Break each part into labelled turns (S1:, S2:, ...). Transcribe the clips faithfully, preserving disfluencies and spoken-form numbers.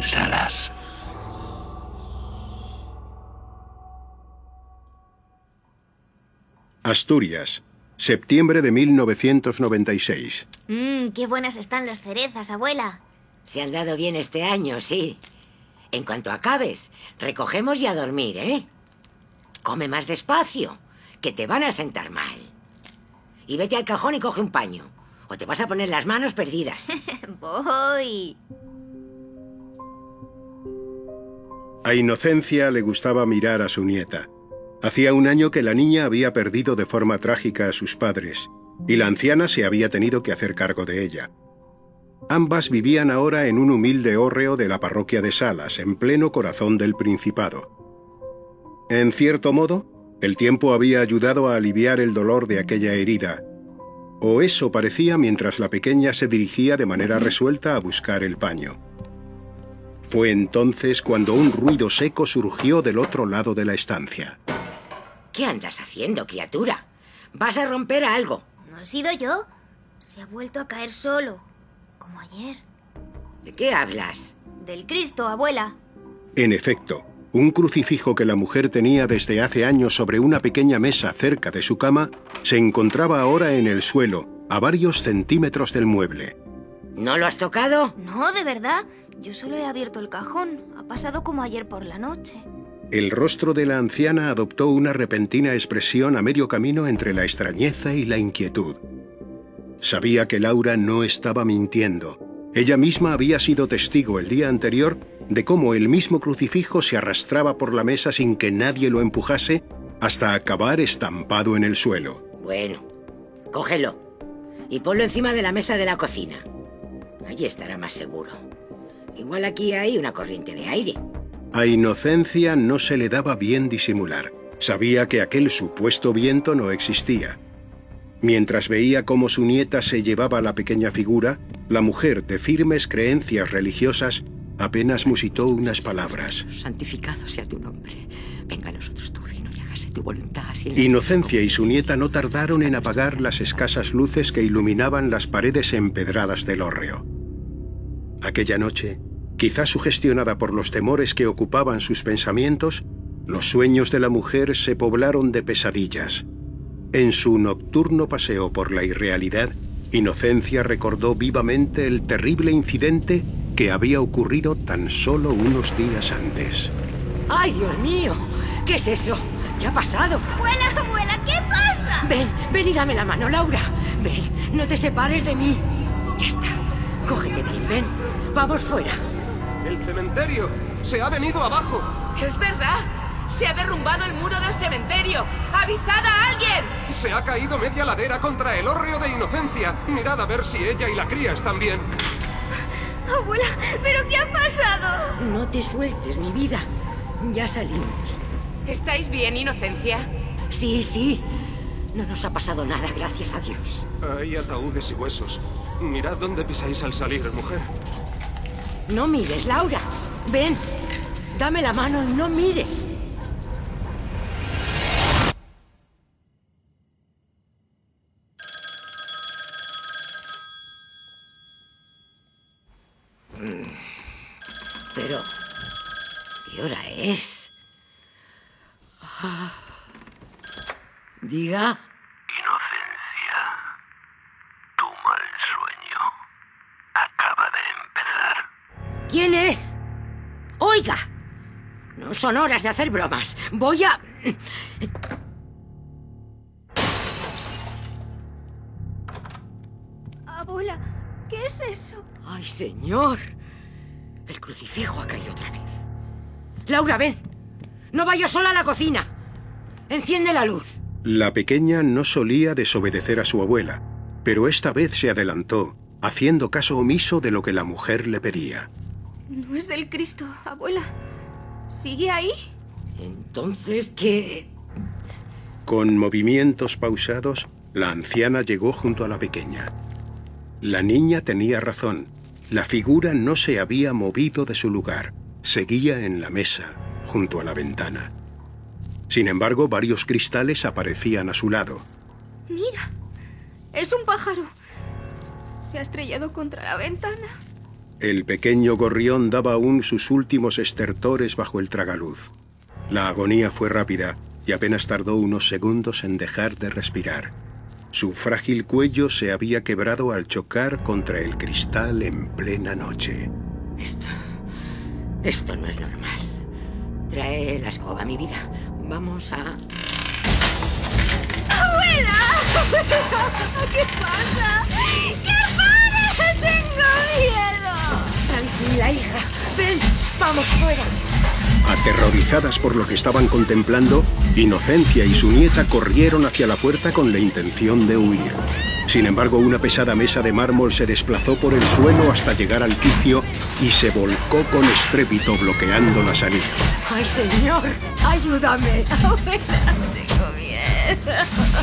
S1: Salas.
S2: Asturias, septiembre de mil novecientos noventa y seis.
S3: Mmm, qué buenas están las cerezas, abuela.
S4: Se han dado bien este año, sí. En cuanto acabes, recogemos y a dormir, ¿eh? Come más despacio, que te van a sentar mal. Y vete al cajón y coge un paño, o te vas a poner las manos perdidas.
S3: Voy.
S2: A Inocencia le gustaba mirar a su nieta. Hacía un año que la niña había perdido de forma trágica a sus padres, y la anciana se había tenido que hacer cargo de ella. Ambas vivían ahora en un humilde hórreo de la parroquia de Salas, en pleno corazón del Principado. En cierto modo, el tiempo había ayudado a aliviar el dolor de aquella herida, o eso parecía mientras la pequeña se dirigía de manera resuelta a buscar el paño. Fue entonces cuando un ruido seco surgió del otro lado de la estancia.
S4: ¿Qué andas haciendo, criatura? Vas a romper algo.
S3: ¿No he sido yo? Se ha vuelto a caer solo, como ayer.
S4: ¿De qué hablas?
S3: Del Cristo, abuela.
S2: En efecto, un crucifijo que la mujer tenía desde hace años sobre una pequeña mesa cerca de su cama se encontraba ahora en el suelo, a varios centímetros del mueble.
S4: ¿No lo has tocado?
S3: No, de verdad. Yo solo he abierto el cajón. Ha pasado como ayer por la noche.
S2: El rostro de la anciana adoptó una repentina expresión a medio camino entre la extrañeza y la inquietud. Sabía que Laura no estaba mintiendo. Ella misma había sido testigo el día anterior de cómo el mismo crucifijo se arrastraba por la mesa sin que nadie lo empujase hasta acabar estampado en el suelo.
S4: Bueno, cógelo y ponlo encima de la mesa de la cocina. Allí estará más seguro. Igual aquí hay una corriente de aire.
S2: A Inocencia no se le daba bien disimular. Sabía que aquel supuesto viento no existía. Mientras veía cómo su nieta se llevaba la pequeña figura, la mujer de firmes creencias religiosas apenas musitó unas palabras.
S4: Santificado sea tu nombre. Venga a nosotros tu reino y hágase tu voluntad. Así en la
S2: Inocencia y su nieta no tardaron en apagar las escasas luces que iluminaban las paredes empedradas del hórreo. Aquella noche, quizás sugestionada por los temores que ocupaban sus pensamientos, los sueños de la mujer se poblaron de pesadillas. En su nocturno paseo por la irrealidad, Inocencia recordó vivamente el terrible incidente que había ocurrido tan solo unos días antes.
S4: ¡Ay, Dios mío! ¿Qué es eso? ¿Qué ha pasado?
S3: Abuela, abuela, ¿qué pasa?
S4: Ven, ven y dame la mano, Laura. Ven, no te separes de mí. Ya está. Cógete bien, ven. Vamos fuera.
S5: ¡El cementerio! ¡Se ha venido abajo!
S6: ¡Es verdad! ¡Se ha derrumbado el muro del cementerio! ¡Avisad a alguien!
S5: ¡Se ha caído media ladera contra el hórreo de Inocencia! Mirad a ver si ella y la cría están bien.
S3: Abuela, ¿pero qué ha pasado?
S4: No te sueltes, mi vida. Ya salimos.
S6: ¿Estáis bien, Inocencia?
S4: Sí, sí. No nos ha pasado nada, gracias a Dios.
S5: Hay ataúdes y huesos. Mirad dónde pisáis al salir, mujer.
S4: No mires, Laura. Ven. Dame la mano y no mires. Pero... ¿qué hora es? Ah, diga.
S1: Inocencia, tu mal sueño acaba de empezar.
S4: ¿Quién es? Oiga. No son horas de hacer bromas. Voy a...
S3: Abuela, ¿qué es eso?
S4: ¡Ay, señor! El crucifijo ha caído otra vez. Laura, ven. No vayas sola a la cocina. Enciende la luz.
S2: La pequeña no solía desobedecer a su abuela, pero esta vez se adelantó, haciendo caso omiso de lo que la mujer le pedía.
S3: No es del Cristo, abuela. ¿Sigue ahí?
S4: Entonces, ¿qué...?
S2: Con movimientos pausados, la anciana llegó junto a la pequeña. La niña tenía razón. La figura no se había movido de su lugar. Seguía en la mesa, junto a la ventana. Sin embargo, varios cristales aparecían a su lado.
S3: Mira, es un pájaro. Se ha estrellado contra la ventana.
S2: El pequeño gorrión daba aún sus últimos estertores bajo el tragaluz. La agonía fue rápida y apenas tardó unos segundos en dejar de respirar. Su frágil cuello se había quebrado al chocar contra el cristal en plena noche.
S4: Esto... esto no es normal. Trae la escoba, mi vida. Vamos a...
S3: ¡Abuela! ¿Qué pasa? ¡Que pare! ¡Tengo miedo!
S4: Tranquila, hija. Ven, vamos fuera.
S2: Aterrorizadas por lo que estaban contemplando, Inocencia y su nieta corrieron hacia la puerta con la intención de huir. Sin embargo, una pesada mesa de mármol se desplazó por el suelo hasta llegar al quicio y se volcó con estrépito, bloqueando la salida.
S4: ¡Ay, señor! ¡Ayúdame!
S3: Abuela, tengo miedo.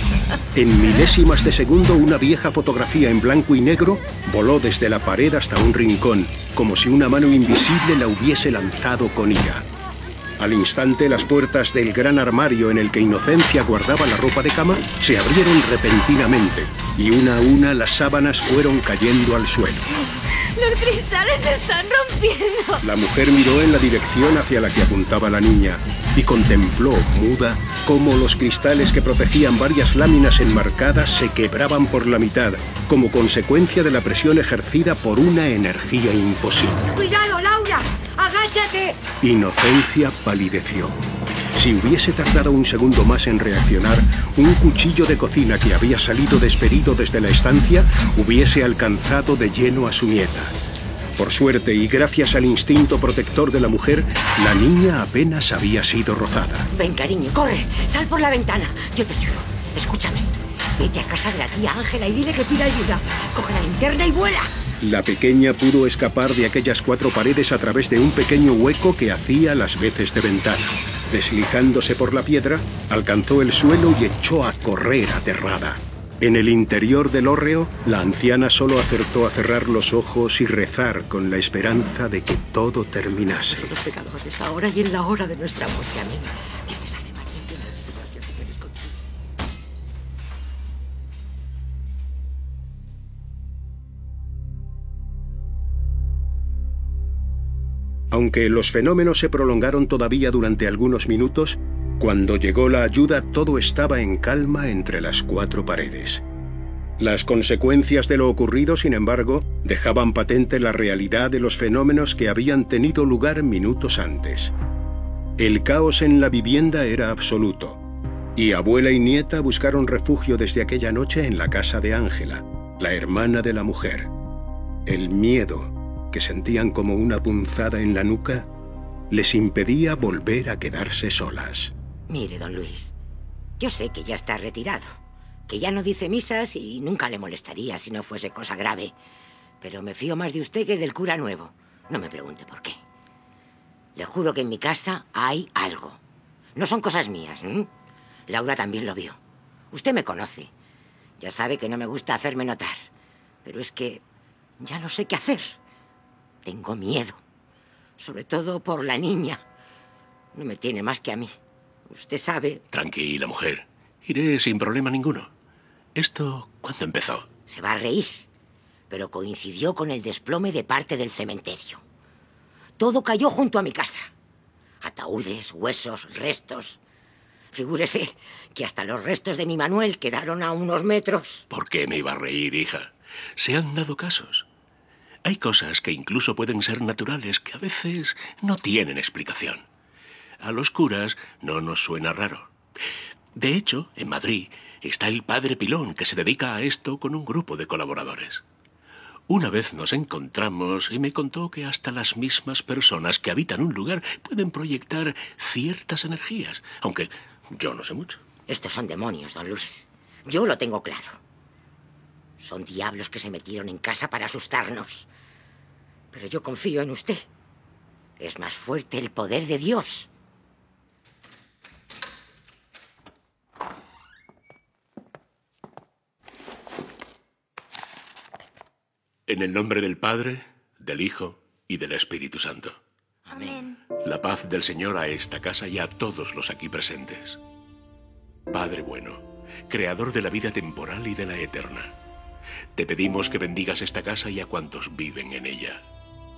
S2: En milésimas de segundo, una vieja fotografía en blanco y negro voló desde la pared hasta un rincón, como si una mano invisible la hubiese lanzado con ira. Al instante, las puertas del gran armario en el que Inocencia guardaba la ropa de cama se abrieron repentinamente y una a una las sábanas fueron cayendo al suelo.
S3: Los cristales se están rompiendo.
S2: La mujer miró en la dirección hacia la que apuntaba la niña y contempló, muda, cómo los cristales que protegían varias láminas enmarcadas se quebraban por la mitad, como consecuencia de la presión ejercida por una energía imposible.
S4: ¡Cuidado, Laura! ¡Agáchate!
S2: Inocencia palideció. Si hubiese tardado un segundo más en reaccionar, un cuchillo de cocina que había salido despedido desde la estancia hubiese alcanzado de lleno a su nieta. Por suerte y gracias al instinto protector de la mujer, la niña apenas había sido rozada.
S4: Ven, cariño, corre. Sal por la ventana. Yo te ayudo. Escúchame. Vete a casa de la tía Ángela y dile que pida ayuda. Coge la linterna y vuela.
S2: La pequeña pudo escapar de aquellas cuatro paredes a través de un pequeño hueco que hacía las veces de ventana. Deslizándose por la piedra, alcanzó el suelo y echó a correr aterrada. En el interior del hórreo, la anciana solo acertó a cerrar los ojos y rezar con la esperanza de que todo terminase.
S4: Los pecadores, ahora y en la hora de nuestra muerte. Amén. Dios te salve, María, llena eres de gracia, el Señor es contigo.
S2: Aunque los fenómenos se prolongaron todavía durante algunos minutos, cuando llegó la ayuda todo estaba en calma entre las cuatro paredes. Las consecuencias de lo ocurrido, sin embargo, dejaban patente la realidad de los fenómenos que habían tenido lugar minutos antes. El caos en la vivienda era absoluto, y abuela y nieta buscaron refugio desde aquella noche en la casa de Ángela, la hermana de la mujer. El miedo, que sentían como una punzada en la nuca, les impedía volver a quedarse solas.
S4: Mire, don Luis, yo sé que ya está retirado, que ya no dice misas y nunca le molestaría si no fuese cosa grave. Pero me fío más de usted que del cura nuevo. No me pregunte por qué. Le juro que en mi casa hay algo. No son cosas mías, ¿eh? Laura también lo vio. Usted me conoce. Ya sabe que no me gusta hacerme notar. Pero es que ya no sé qué hacer. Tengo miedo. Sobre todo por la niña. No me tiene más que a mí. Usted sabe...
S1: Tranquila, mujer. Iré sin problema ninguno. ¿Esto cuándo empezó?
S4: Se va a reír, pero coincidió con el desplome de parte del cementerio. Todo cayó junto a mi casa. Ataúdes, huesos, restos. Figúrese que hasta los restos de mi Manuel quedaron a unos metros.
S1: ¿Por qué me iba a reír, hija? Se han dado casos. Hay cosas que incluso pueden ser naturales, que a veces no tienen explicación. A los curas no nos suena raro. De hecho, en Madrid está el padre Pilón, que se dedica a esto con un grupo de colaboradores. Una vez nos encontramos y me contó que hasta las mismas personas que habitan un lugar pueden proyectar ciertas energías, aunque yo no sé mucho.
S4: Estos son demonios, don Luis. Yo lo tengo claro. Son diablos que se metieron en casa para asustarnos. Pero yo confío en usted. Es más fuerte el poder de Dios.
S1: En el nombre del Padre, del Hijo y del Espíritu Santo.
S3: Amén.
S1: La paz del Señor a esta casa y a todos los aquí presentes. Padre bueno, creador de la vida temporal y de la eterna, te pedimos que bendigas esta casa y a cuantos viven en ella.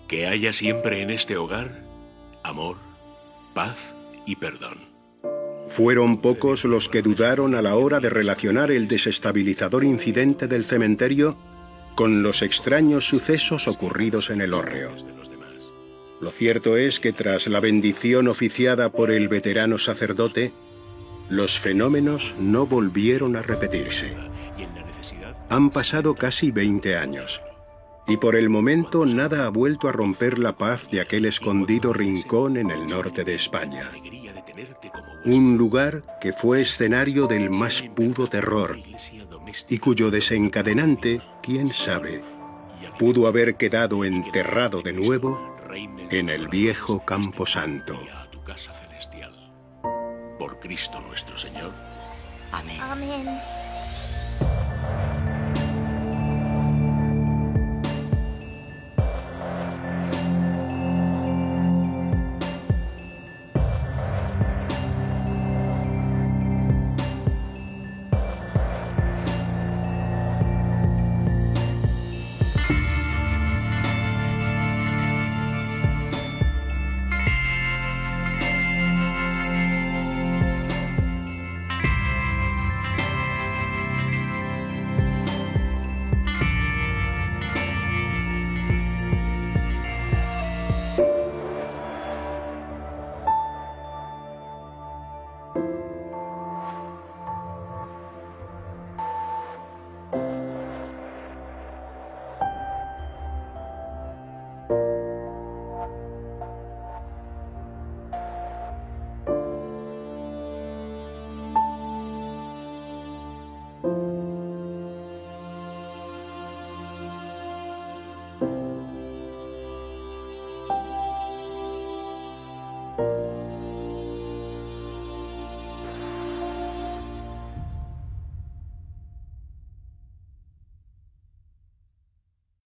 S1: Que haya siempre en este hogar amor, paz y perdón.
S2: Fueron pocos los que dudaron a la hora de relacionar el desestabilizador incidente del cementerio con los extraños sucesos ocurridos en el hórreo. Lo cierto es que tras la bendición oficiada por el veterano sacerdote, los fenómenos no volvieron a repetirse. Han pasado casi veinte años, y por el momento nada ha vuelto a romper la paz de aquel escondido rincón en el norte de España. Un lugar que fue escenario del más puro terror, y cuyo desencadenante, quién sabe, pudo haber quedado enterrado de nuevo en el viejo Camposanto.
S1: Por Cristo nuestro Señor.
S4: Amén.
S3: Amén.